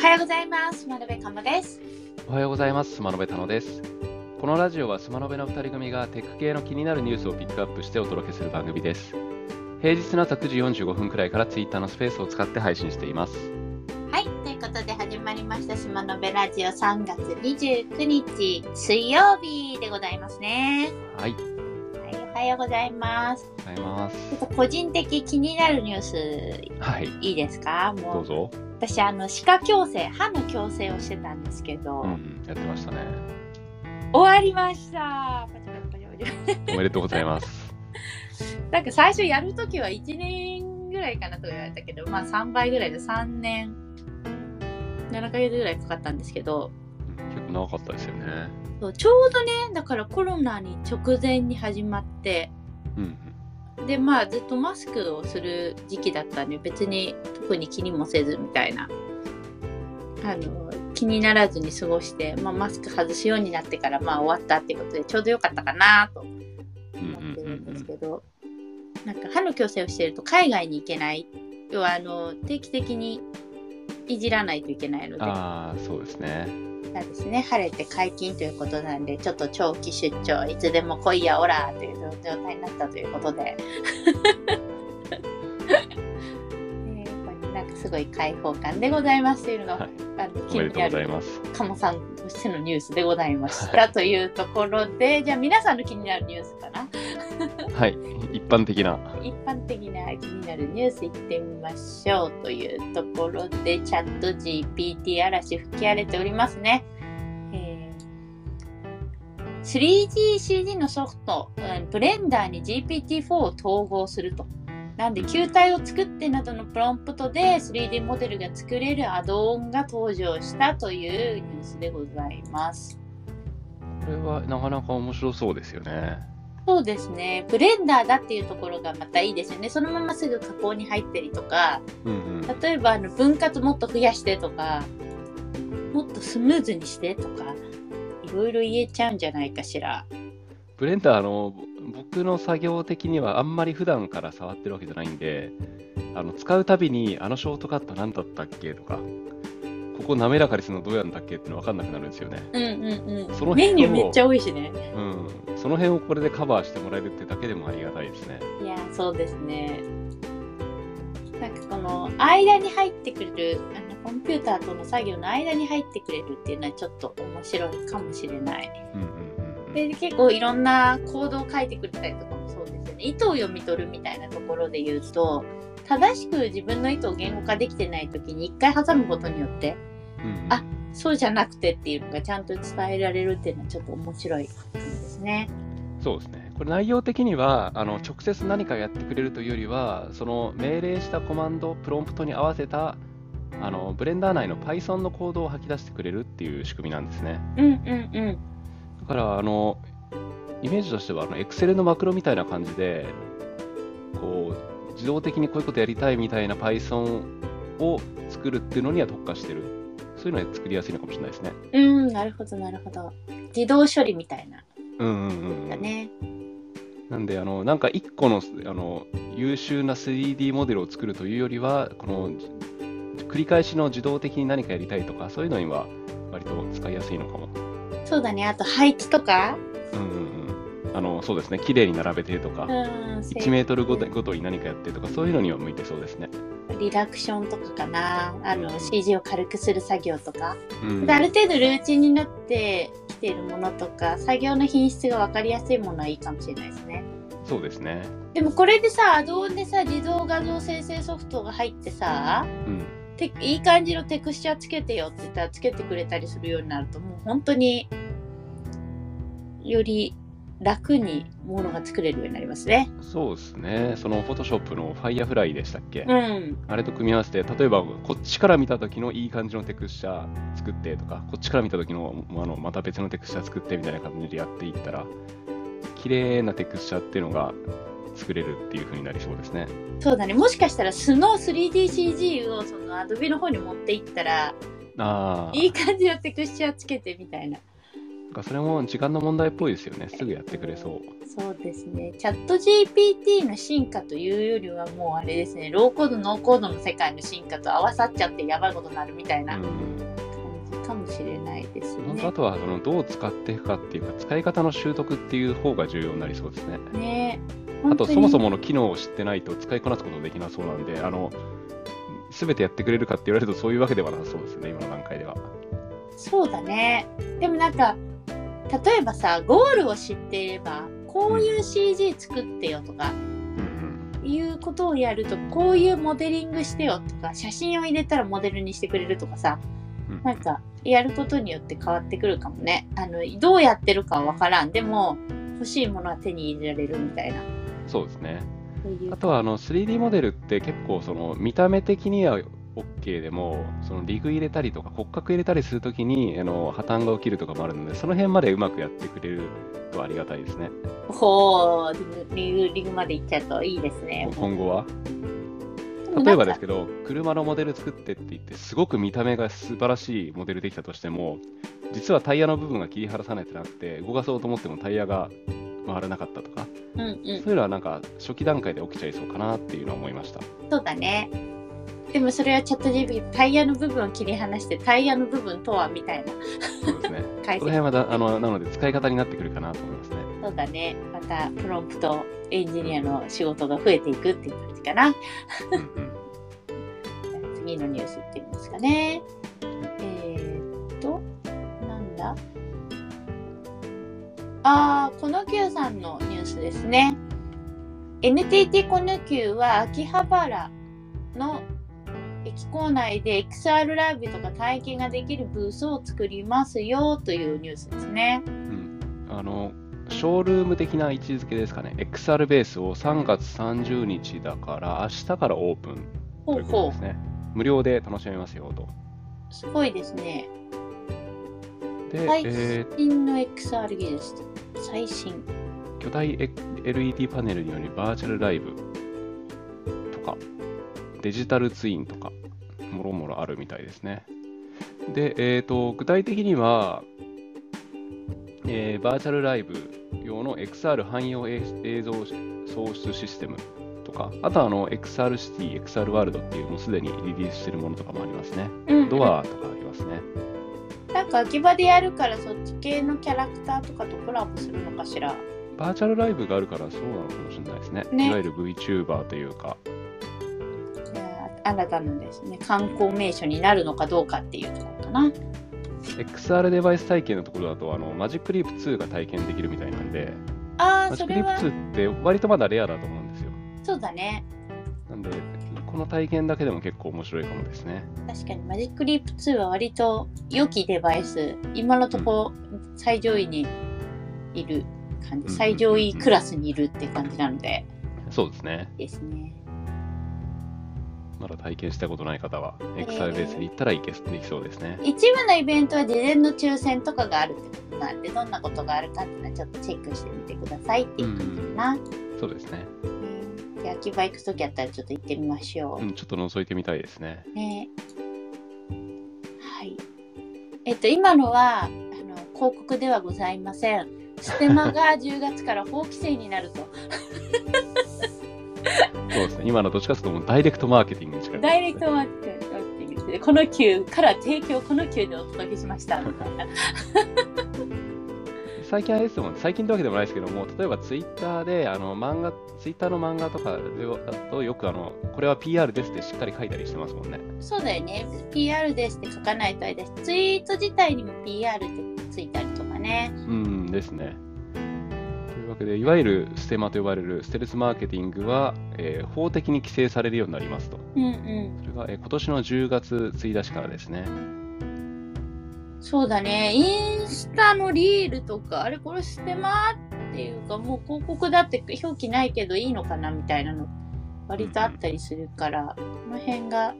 はようございます。真鍋かもです。 おはようございます。スマノベタノです。このラジオはスマノベの2人組がテック系の気になるニュースをピックアップしてお届けする番組です。平日の朝9時45分くらいからツイッターのスペースを使って配信しています。 はい、ということで始まりましたスマノベラジオ3月29日水曜日でございますね。 はい。 はい、おはようございます。 おはようございます。 ちょっと個人的気になるニュース、 はい。 いいですか？もうどうぞ。 私歯の矯正をしてたんですけど、 やってましたね。 終わりました。 おめでとうございます。 なんか最初やるときは1年ぐらいかなと言われたけど、まあ3倍ぐらいで3年7ヶ月ぐらいかかったんですけど、 結構長かったですよね。 そうちょうどね、だからコロナに直前に始まって、でまあずっとマスクをする時期だったんで、別に特に気にもせずみたいな、気にならずに過ごして、まあ、マスク外すようになってからまあ終わったっていうことでちょうどよかったかなと思ってるんですけど、なんか歯の矯正をしていると海外に行けない、要は定期的にいじらないといけないので、 そうですね。 そうですね、晴れて解禁ということなんで、ちょっと長期出張いつでも来いやオラという状態になったということでなんかすごい開放感でございますというのが、気になるカモさんとしてのニュースでございましたというところで、じゃあ皆さんの気になるニュースかなはい、一般的な気になるニュースいってみましょうというところで、チャット GPT 嵐吹き荒れておりますね。3DCG のソフト、ブレンダーに GPT-4 を統合すると。なんで球体を作ってなどのプロンプトで 3D モデルが作れるアドオンが登場したというニュースでございます。 これはなかなか面白そうですよね。 そうですね。ブレンダーだっていうところがまたいいですよね。そのまますぐ加工に入ったりとか、例えば分割もっと増やしてとか、もっとスムーズにしてとか、いろいろ言えちゃうんじゃないかしら。 ブレンダー僕の作業的にはあんまり普段から触ってるわけじゃないんで、使うたびにショートカット何だったっけとか、ここ滑らかにするのどうやるんだっけっての分かんなくなるんですよね。そのメニューめっちゃ多いしね。 その辺をこれでカバーしてもらえるってだけでもありがたいですね。 いや、そうですね。なんかこの間に入ってくれる、コンピューターとの作業の間に入ってくれるっていうのはちょっと面白いかもしれない。で結構いろんなコードを書いてくれたりとかもそうですよね。意図を読み取るみたいなところで言うと、正しく自分の意図を言語化できてないときに一回挟むことによって、そうじゃなくてっていうのがちゃんと伝えられるっていうのはちょっと面白いですね。 そうですね。これ内容的には直接何かやってくれるというよりは、その命令したコマンド、プロンプトに合わせたブレンダー内の Python のコードを吐き出してくれるっていう仕組みなんですね。だからイメージとしてはExcel のマクロみたいな感じで、こう自動的にこういうことやりたいみたいな Python を作るっていうのには特化してる。そういうのは作りやすいのかもしれないですね。 なるほどなるほど。自動処理みたいな。だね。 なんでなんか一個の優秀な 3D モデルを作るというよりは、この繰り返しの自動的に何かやりたいとか、そういうのには割と使いやすいのかも。 そうだね。あと配置とか、 そうですね。綺麗に並べてとか、1メートルごとに何かやってとか、そういうのには向いてそうですね。 リダクションとかかな、CG を軽くする作業とか、ある程度ルーチンになってきているものとか、作業の品質が分かりやすいものはいいかもしれないですね。 そうですね。 でもこれでさ、アドオンでさ、自動画像生成ソフトが入ってさ、いい感じのテクスチャーつけてよって言ったらつけてくれたりするようになると、もう本当により楽にものが作れるようになりますね。 そうですね。そのフォトショップの Firefly でしたっけ、あれと組み合わせて、例えばこっちから見た時のいい感じのテクスチャー作ってとか、こっちから見た時のまた別のテクスチャー作ってみたいな感じでやっていったら、綺麗なテクスチャーっていうのが作れるっていう風になりそうですね。 そうだね。もしかしたら素の 3DCG をその Adobe の方に持っていったら、いい感じのテクスチャーつけてみたいな。 それも時間の問題っぽいですよね。すぐやってくれそう。 そうですね。チャット GPT の進化というよりはもうあれですね、ローコード、ノーコードの世界の進化と合わさっちゃってやばいことになるみたいな感じかもしれないですね。 あとはどう使っていくかっていうか、使い方の習得っていう方が重要になりそうですね。 ね。 あと、そもそもの機能を知ってないと使いこなすことできなそうなんで、全てやってくれるかって言われるとそういうわけではなさそうですね、今の段階では。 そうだね。でもなんか、例えばさ、ゴールを知っていれば、こういう CG 作ってよとか、いうことをやると、こういうモデリングしてよとか、写真を入れたらモデルにしてくれるとかさ、なんか、やることによって変わってくるかもね。どうやってるかはわからん。でも、欲しいものは手に入れられるみたいな。 そうですね。あとは3D モデルって結構見た目的には OK でも、リグ入れたりとか骨格入れたりするときに破綻が起きるとかもあるので、その辺までうまくやってくれるとありがたいですね。 ほー、リグまで行っちゃうといいですね。 今後は。例えばですけど、車のモデル作ってって言って、すごく見た目が素晴らしいモデルできたとしても、実はタイヤの部分が切り離されてなくて、動かそうと思ってもタイヤが回らなかったとか、そういうのはなんか初期段階で起きちゃいそうかなっていうのは思いました。 そうだね。でもそれはチャット GPT タイヤの部分を切り離してタイヤの部分とはみたいな。 そうですね。その辺はなので使い方になってくるかなと思いますね。 そうだね。またプロンプトエンジニアの仕事が増えていくっていう感じかな。次のニュースっていうんですかね。なんだこの Q さんのニュースですね。NTT この Q は秋葉原の駅構内で XR ライブとか体験ができるブースを作りますよというニュースですね。 ショールーム的な位置づけですかね。XR ベースを3月30日だから明日からオープンということですね。無料で楽しめますよと。 すごいですね。 で、 最新の XR 技術。最新。 巨大 LED パネルによりバーチャルライブとか、デジタルツインとか、もろもろあるみたいですね。で、具体的には、バーチャルライブ用の XR 汎用映像送出システムとか、あとはXR シティ、XR ワールドっていうもうすでにリリースしているものとかもありますね。ドアとかありますね。 なんか秋葉でやるからそっち系のキャラクターとかとコラボするのかしら。 バーチャルライブがあるからそうなのかもしれないですね。いわゆる VTuber というか。 新たなですね、観光名所になるのかどうかっていうところかな。 XR デバイス体験のところだとマジックリープ2が体験できるみたいなんで、 マジックリープ2って割とまだレアだと思うんですよ。 そうだね。 なんでこの体験だけでも結構面白いかもですね。 確かにマジックリープ2は割と良きデバイス、今のところ最上位にいる感じ、最上位クラスにいるって感じなので。 そうですね。 ですね。 まだ体験したことない方は XR ベースに行ったらできそうですね。 一部のイベントは事前の抽選とかがあるってことなんで、どんなことがあるかっていうのはちょっとチェックしてみてくださいっていう感じかな。 そうですね。 で、秋葉行くときあったらちょっと行ってみましょう。 ちょっと覗いてみたいですね。 はい。今のは広告ではございません。ステマが10月から法規制になると。 そうですね。今のどっちかというとダイレクトマーケティングに近い、ね。 ダイレクトマーケティングで、この級から提供この級でお届けしましたみたいな。 最近あれですもん、最近ってわけでもないですけども、例えばツイッターでツイッターの漫画とかだとよくこれは PR ですってしっかり書いたりしてますもんね。 そうだよね。PR ですって書かないとあれだし、ツイート自体にも PR ってついたりとかね。 ですね。というわけで、いわゆるステマと呼ばれるステルスマーケティングは、法的に規制されるようになりますと。それが、今年の10月1日からですね。 そうだね。インスタのリールとか、これステマっていうか、もう広告だって表記ないけどいいのかなみたいなの割とあったりするから、この辺が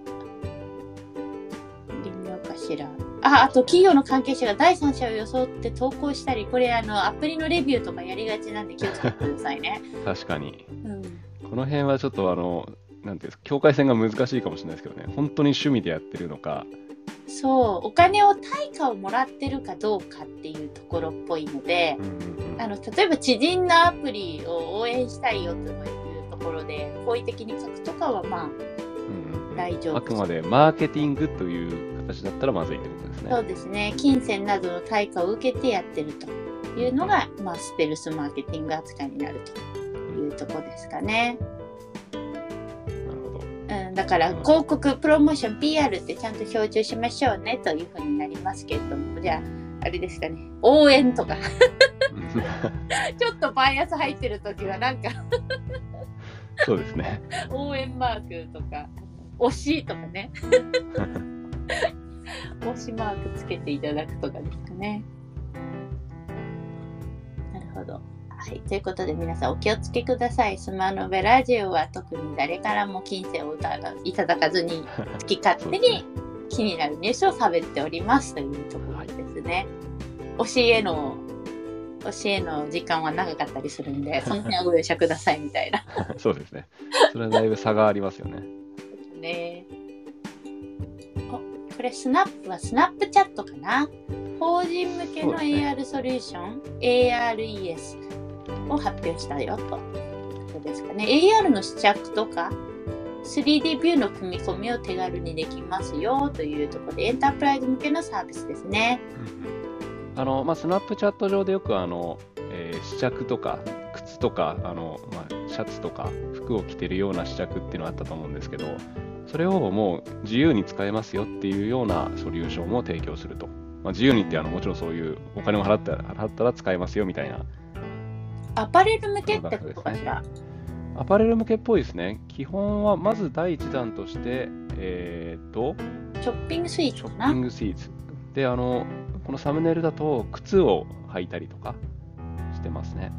微妙かしら。あと企業の関係者が第三者を装って投稿したり、これアプリのレビューとかやりがちなんで気をつけてくださいね。 確かに。この辺はちょっとなんていうんですか、境界線が難しいかもしれないですけどね。本当に趣味でやってるのか、 そう、お金を対価をもらってるかどうかっていうところっぽいので、例えば知人のアプリを応援したいよというところで好意的に書くとかはまあ大丈夫。 あくまでマーケティングという形だったらまずいってことですね。 そうですね。金銭などの対価を受けてやってるというのが、まあ、ステルスマーケティング扱いになるというところですかね。だから広告、プロモーション、PR ってちゃんと標準しましょうねというふうになりますけれども、じゃあ、あれですかね、応援とかちょっとバイアス入ってるときはなんかそうですね。 応援マークとか、推しとかね推しマークつけていただくとかですかね。なるほど。はい、ということで皆さんお気をつけください。スマノベラジオは特に誰からも金銭をいただかずに好き勝手に気になるニュースを喋っておりますというところですね。推しへの時間は長かったりするんで、その辺はご容赦くださいみたいな。 そうですね。それはだいぶ差がありますよね。 ね。これスナップはスナップチャットかな。法人向けの AR ソリューション、ARES。を発表したよということですかね。AR の試着とか 3D ビューの組み込みを手軽にできますよというところでエンタープライズ向けのサービスですね。 スナップチャット上でよく試着とか靴とかシャツとか服を着てるような試着っていうのがあったと思うんですけど、それをもう自由に使えますよっていうようなソリューションを提供すると。自由にってもちろんそういうお金を払ったら使えますよみたいな。 アパレル向けってことかしら。 アパレル向けっぽいですね。基本はまず第一弾として、 ショッピングスイーツかな。 ショッピングスイーツ。で、このサムネイルだと靴を履いたりとかしてますね。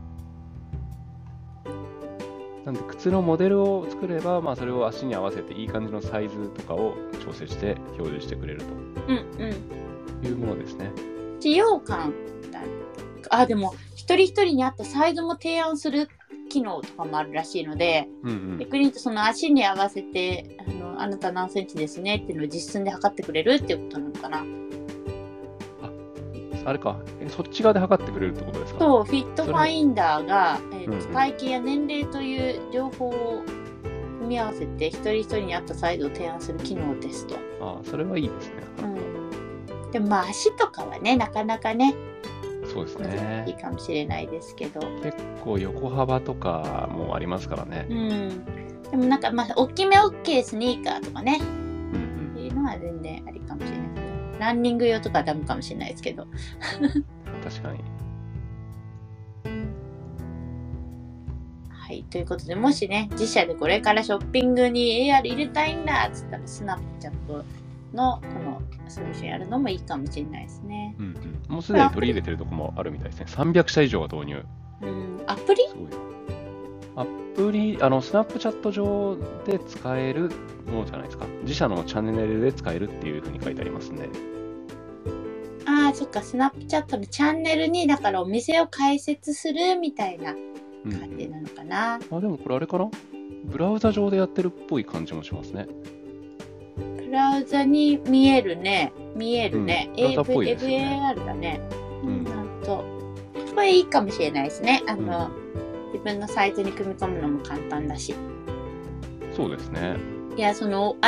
なんで靴のモデルを作れば、それを足に合わせていい感じのサイズとかを調整して表示してくれるというものですね。 使用感だ。でも一人一人に合ったサイズも提案する機能とかもあるらしいので、逆に言うとその足に合わせてあなた何センチですねっていうのを実寸で測ってくれるっていうことなのかな。 あれか、そっち側で測ってくれるってことですか。 そう、フィットファインダーが、体型や年齢という情報を組み合わせて一人一人に合ったサイズを提案する機能ですと。 それはいいですね。 でも足とかはね、なかなかね、 そうですね。 いいかもしれないですけど。 結構横幅とかもありますからね。 でもなんか大きめ OK スニーカーとかね、っていうのは全然ありかもしれないですね。ランニング用とかはダメかもしれないですけど。 確かに。 はい、ということで、もしね、自社でこれからショッピングに AR 入れたいんだっつったら、スナップチャットのこのソリューションやるのもいいかもしれないですね。 もうすでに取り入れてるところもあるみたいですね。300社以上が導入。 アプリ？ アプリ、スナップチャット上で使えるものじゃないですか。自社のチャンネルで使えるっていうふうに書いてありますね。 そっか、スナップチャットのチャンネルに、だからお店を開設するみたいな感じなのかな。 でもこれあれかな？ブラウザ上でやってるっぽい感じもしますね。 ブラウザに見えるね。 ブラウザっぽいですよね。 AR だね。これいいかもしれないですね。自分のサイトに組み込むのも簡単だし。 そうですね。 いや、その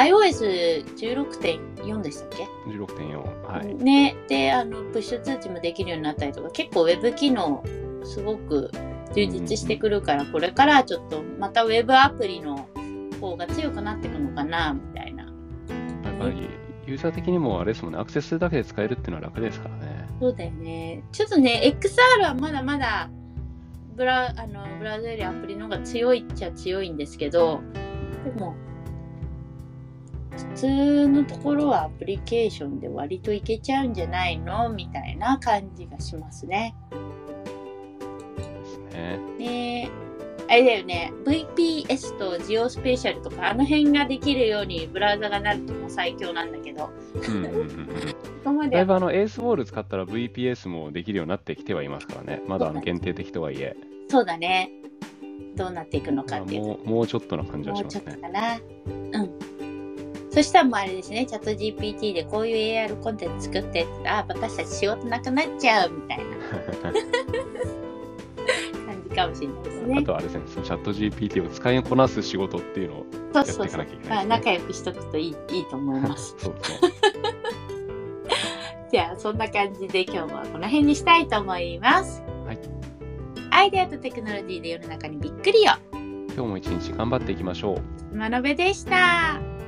iOS16.4 でしたっけ？ 16.4。はい。 ね。で、プッシュ通知もできるようになったりとか、結構ウェブ機能すごく充実してくるから、これからちょっとまたウェブアプリの方が強くなっていくのかな、みたいな。 やっぱりユーザー的にもあれですもんね、アクセスするだけで使えるっていうのは楽ですからね。 そうだよね。ちょっとね、XR はまだまだブラウザよりアプリの方が強いっちゃ強いんですけど、でも普通のところはアプリケーションで割といけちゃうんじゃないのみたいな感じがしますね。 ですね。 ね、あれだよね、VPS とジオスペシャルとかあの辺ができるようにブラウザがなるともう最強なんだけど。 だいぶエースウォール使ったら VPS もできるようになってきてはいますからね。まだ限定的とはいえ。 そうだね。どうなっていくのかっていう。 もうちょっとな感じはしますね。 もうちょっとかな。そそしたらもうあれですね、チャット GPT でこういう AR コンテンツ作ってって言ったら、私たち仕事なくなっちゃうみたいな感じかもしれないですね。 あとはあれですね、そのチャット GPT を使いこなす仕事っていうのをやっていかなきゃいけないですね。 仲良くしとくといいと思います。 そうですね。 じゃあそんな感じで今日はこの辺にしたいと思います。 はい。 アイデアとテクノロジーで世の中にびっくりよ。 今日も一日頑張っていきましょう。 まのべでした。